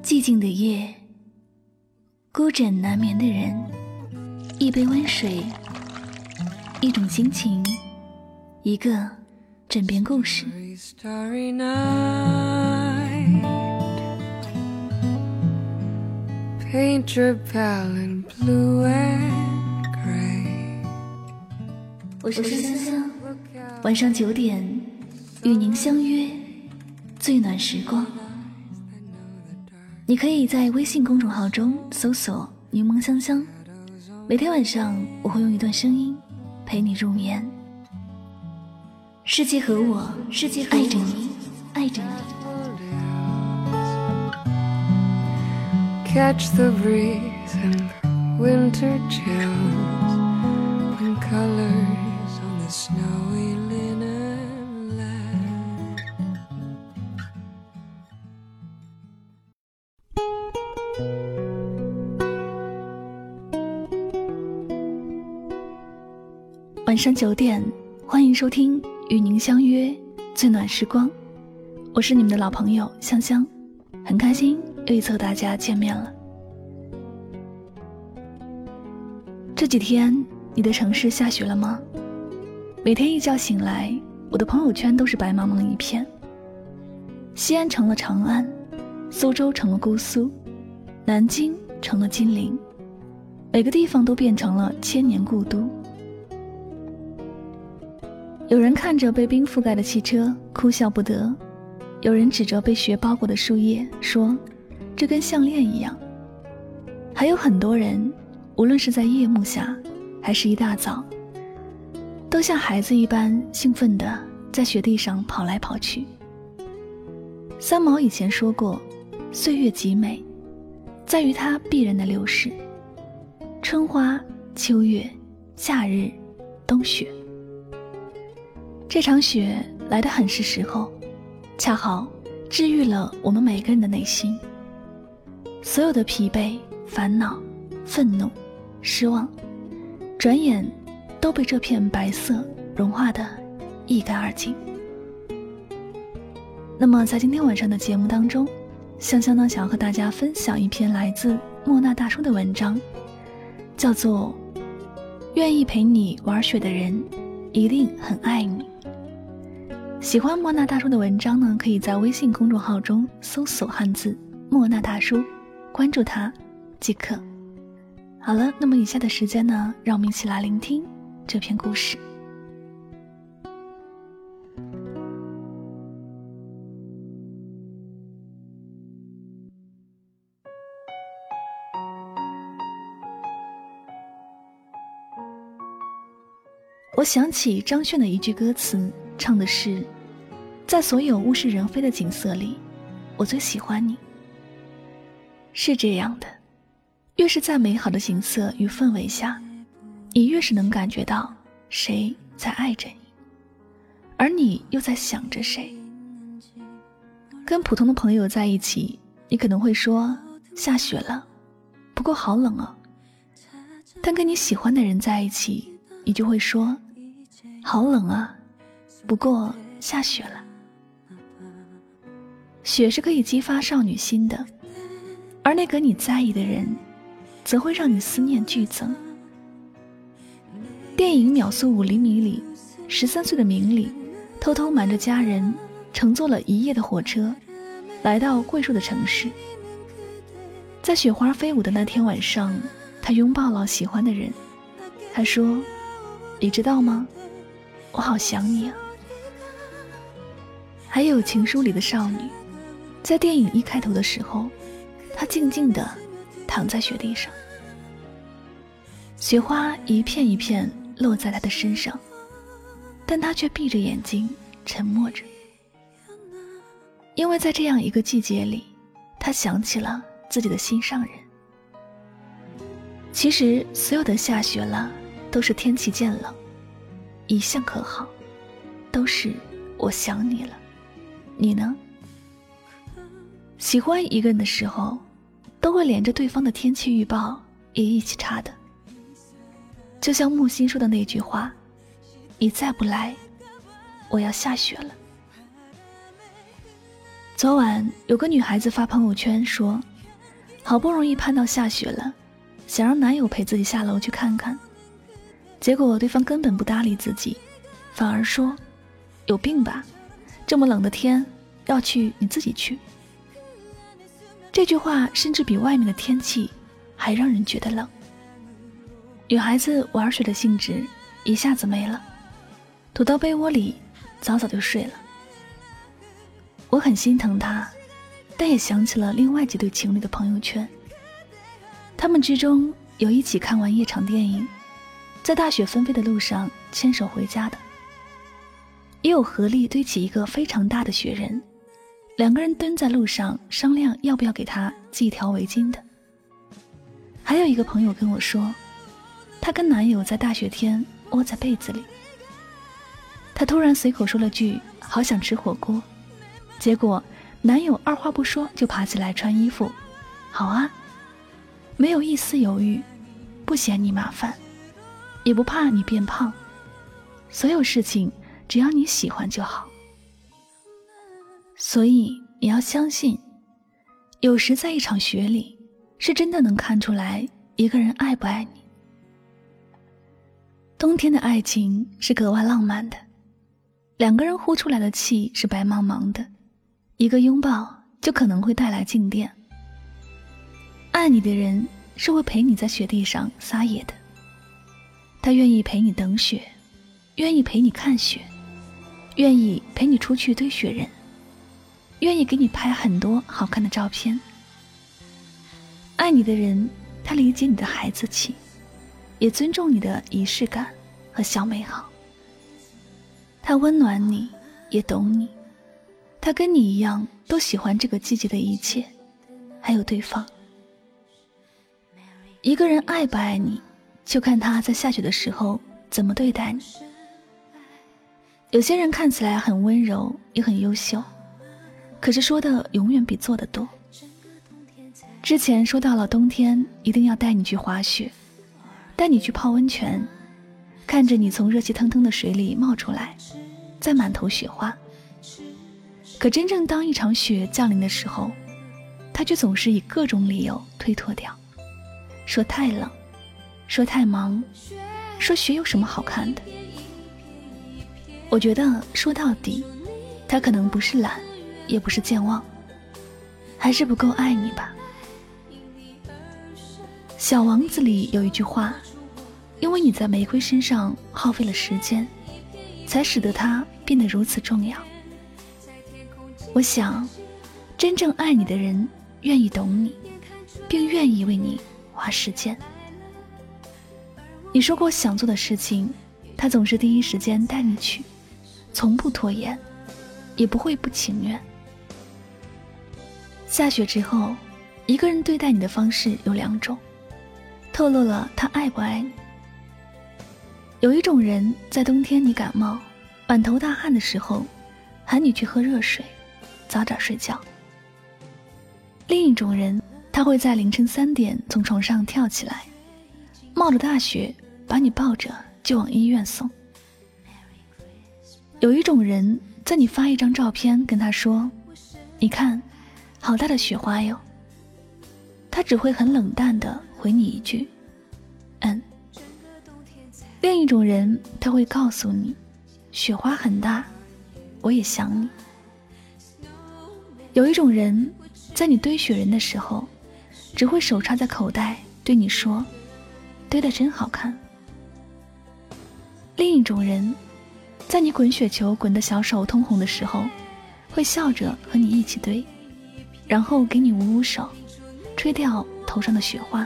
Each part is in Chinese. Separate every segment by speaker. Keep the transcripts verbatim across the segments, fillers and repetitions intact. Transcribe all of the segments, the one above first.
Speaker 1: 寂静的夜，孤枕难眠的人，一杯温水，一种心情，一个枕边故事。Paint your palette blue and gray。 我是香香，晚上九点与您相约最暖时光。你可以在微信公众号中搜索柠檬香香，每天晚上我会用一段声音陪你入眠。世界和我，世界爱着你，爱着你。Catch the breeze and the winter chills and colors on the snowy linen land. 晚上九点，欢迎收听与您相约最暖时光，我是你们的老朋友香香，很开心又一次和大家见面了。这几天你的城市下雪了吗？每天一觉醒来，我的朋友圈都是白茫茫一片。西安成了长安，苏州成了姑苏，南京成了金陵，每个地方都变成了千年故都。有人看着被冰覆盖的汽车哭笑不得，有人指着被雪包裹的树叶说这跟项链一样，还有很多人无论是在夜幕下还是一大早，都像孩子一般兴奋地在雪地上跑来跑去。三毛以前说过，岁月极美，在于它必然的流逝，春花秋月夏日冬雪。这场雪来得很是时候，恰好治愈了我们每个人的内心，所有的疲惫、烦恼、愤怒、失望，转眼都被这片白色融化得一干二净。那么在今天晚上的节目当中，香香呢想要和大家分享一篇来自莫那大叔的文章，叫做《愿意陪你玩雪的人一定很爱你》。喜欢莫那大叔的文章呢，可以在微信公众号中搜索汉字莫那大叔，关注他即可。好了，那么以下的时间呢，让我们一起来聆听这篇故事。我想起张悬的一句歌词，唱的是，在所有物是人非的景色里，我最喜欢你。是这样的，越是在美好的景色与氛围下，你越是能感觉到谁在爱着你，而你又在想着谁。跟普通的朋友在一起，你可能会说下雪了，不过好冷哦。但跟你喜欢的人在一起，你就会说好冷啊，不过下雪了。雪是可以激发少女心的，而那个你在意的人则会让你思念剧增。电影《秒速五厘米》里，十三岁的明里偷偷瞒着家人，乘坐了一夜的火车，来到桂树的城市。在雪花飞舞的那天晚上，他拥抱了喜欢的人，他说：“你知道吗？我好想你啊。”还有情书里的少女，在电影一开头的时候，她静静地躺在雪地上，雪花一片一片落在她的身上，但她却闭着眼睛沉默着，因为在这样一个季节里，她想起了自己的心上人。其实所有的下雪了都是天气渐冷，一向可好，都是我想你了。你呢？喜欢一个人的时候，都会连着对方的天气预报也一起查的。就像木心说的那句话，你再不来，我要下雪了。昨晚有个女孩子发朋友圈说， 好不容易盼到下雪了，想让男友陪自己下楼去看看，结果对方根本不搭理自己，反而说有病吧，这么冷的天要去你自己去。这句话甚至比外面的天气还让人觉得冷。女孩子玩水的兴致一下子没了，躲到被窝里早早就睡了。我很心疼她，但也想起了另外几对情侣的朋友圈，他们之中有一起看完夜场电影，在大雪纷飞的路上牵手回家的，也有合力堆起一个非常大的雪人，两个人蹲在路上商量要不要给他系一条围巾的。还有一个朋友跟我说，她跟男友在大雪天窝在被子里，她突然随口说了句好想吃火锅，结果男友二话不说就爬起来穿衣服，好啊，没有一丝犹豫，不嫌你麻烦，也不怕你变胖，所有事情只要你喜欢就好。所以你要相信，有时在一场雪里，是真的能看出来一个人爱不爱你。冬天的爱情是格外浪漫的，两个人呼出来的气是白茫茫的，一个拥抱就可能会带来静电。爱你的人是会陪你在雪地上撒野的，他愿意陪你等雪，愿意陪你看雪，愿意陪你出去堆雪人，愿意给你拍很多好看的照片。爱你的人，他理解你的孩子气，也尊重你的仪式感和小美好。他温暖你，也懂你，他跟你一样都喜欢这个季节的一切，还有对方。一个人爱不爱你，就看他在下雪的时候怎么对待你。有些人看起来很温柔，也很优秀，可是说的永远比做的多。之前说到了冬天一定要带你去滑雪，带你去泡温泉，看着你从热气腾腾的水里冒出来，再满头雪花。可真正当一场雪降临的时候，他却总是以各种理由推脱掉，说太冷，说太忙，说雪有什么好看的。我觉得说到底，他可能不是懒，也不是健忘，还是不够爱你吧。小王子里有一句话，因为你在玫瑰身上耗费了时间，才使得它变得如此重要。我想，真正爱你的人愿意懂你，并愿意为你花时间。你说过想做的事情，他总是第一时间带你去，从不拖延，也不会不情愿。下雪之后，一个人对待你的方式有两种，透露了他爱不爱你。有一种人在冬天你感冒满头大汗的时候，喊你去喝热水，早点睡觉。另一种人，他会在凌晨三点从床上跳起来，冒着大雪把你抱着就往医院送。有一种人，在你发一张照片跟他说，你看好大的雪花哟，他只会很冷淡地回你一句嗯。另一种人，他会告诉你雪花很大，我也想你。有一种人，在你堆雪人的时候，只会手插在口袋对你说堆得真好看。另一种人，在你滚雪球滚得小手通红的时候，会笑着和你一起堆，然后给你捂捂手，吹掉头上的雪花。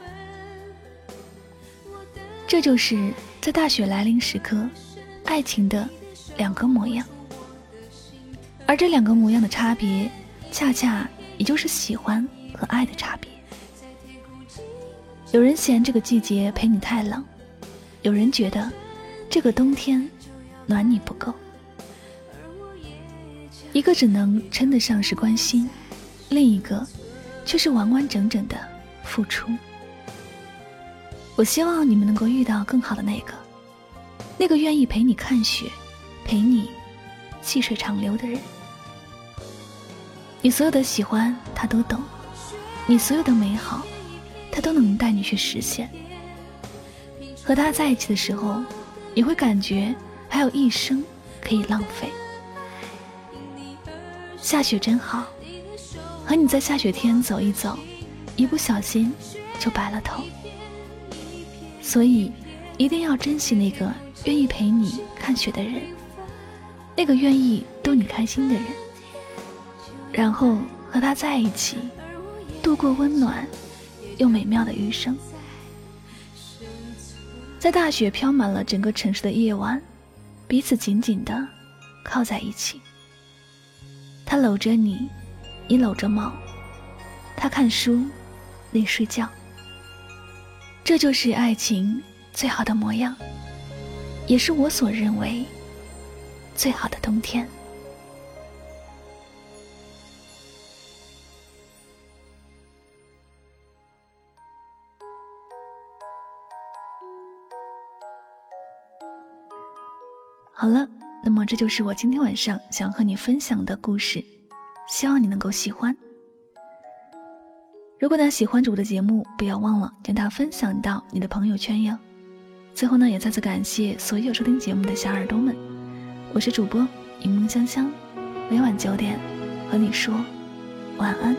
Speaker 1: 这就是在大雪来临时刻，爱情的两个模样。而这两个模样的差别，恰恰也就是喜欢和爱的差别。有人嫌这个季节陪你太冷，有人觉得这个冬天暖你不够。一个只能称得上是关心，另一个却是完完整整的付出。我希望你们能够遇到更好的那个，那个愿意陪你看雪，陪你细水长流的人。你所有的喜欢他都懂， 你所有的美好他都能带你去实现。和他在一起的时候，你会感觉还有一生可以浪费。下雪真好，和你在下雪天走一走，一不小心就白了头。所以一定要珍惜那个愿意陪你看雪的人，那个愿意逗你开心的人，然后和他在一起度过温暖又美妙的余生。在大雪飘满了整个城市的夜晚，彼此紧紧地靠在一起。他搂着你，你搂着猫，他看书，你睡觉。这就是爱情最好的模样，也是我所认为最好的冬天。好了，那么这就是我今天晚上想和你分享的故事，希望你能够喜欢。如果呢喜欢主播的节目，不要忘了将它分享到你的朋友圈哟。最后呢，也再次感谢所有收听节目的小耳朵们，我是主播柠檬香香，每晚九点和你说晚安。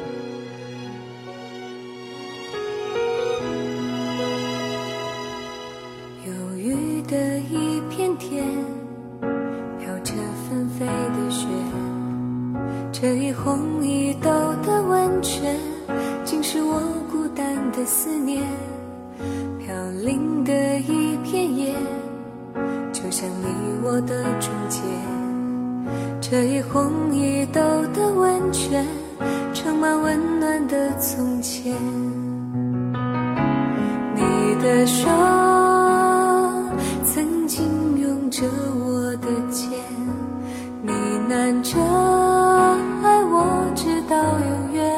Speaker 2: 忧郁的一片天，飘着纷飞的雪，这一红一抖的温泉，竟是我孤单的思念。飘零的一片叶，就像你我的终结，这一红一抖的温泉，盛满温暖的从前。你的手曾经拥着我的肩，呢喃着爱我直到永远。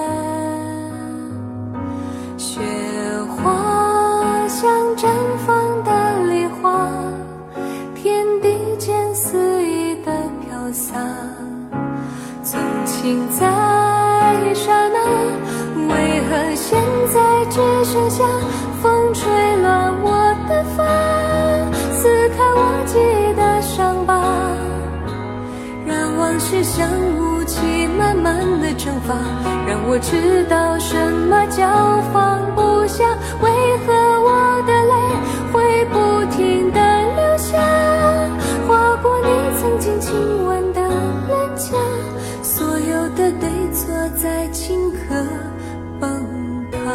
Speaker 2: 雪花像绽放的梨花，天地间肆意的飘洒。从情在刹那，为何现在只剩下风吹乱我的发，撕开我记忆的伤疤，让往事像雾气慢慢的蒸发，让我知道什么叫放不下。为何我的泪会不停地流下，划过你曾经亲吻的脸颊，所有的对错在顷刻崩塌。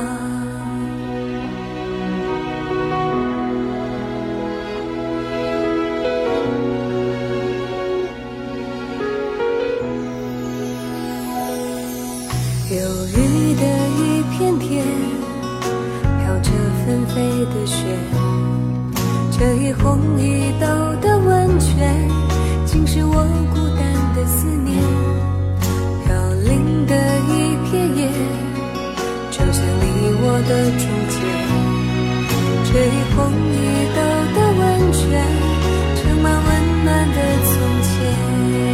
Speaker 2: 忧郁的一片天，飘着纷飞的雪，这一红一抖的温泉，竟是我孤单的思念。飘零的一片叶，就像你我的终结，这一红一抖的温泉，盛满温暖的从前。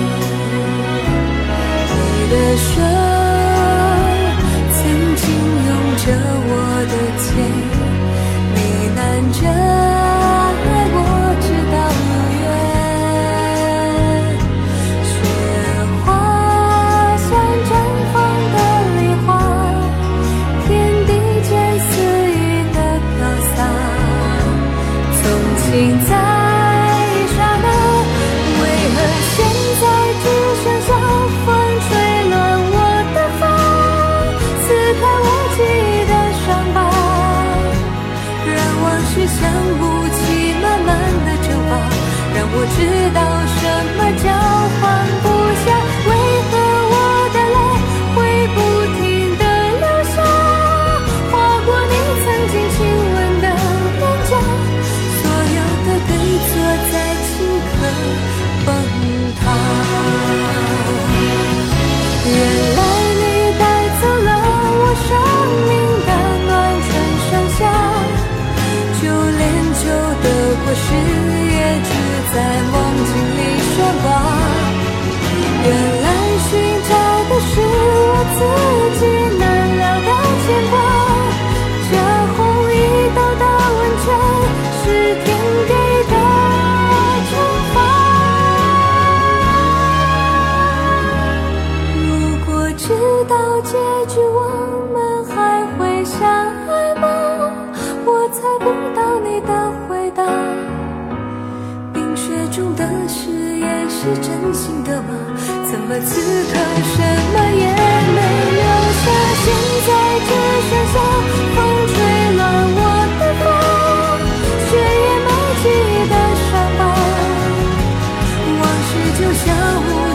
Speaker 2: 你的手着我的肩，呢喃着爱我直到永远。雪花像绽放的梨花，天地间肆意的飘洒。 是真心的吗？怎么此刻什么也没留下？现在只剩下风吹乱我的发，血液埋记的伤疤，往事就像无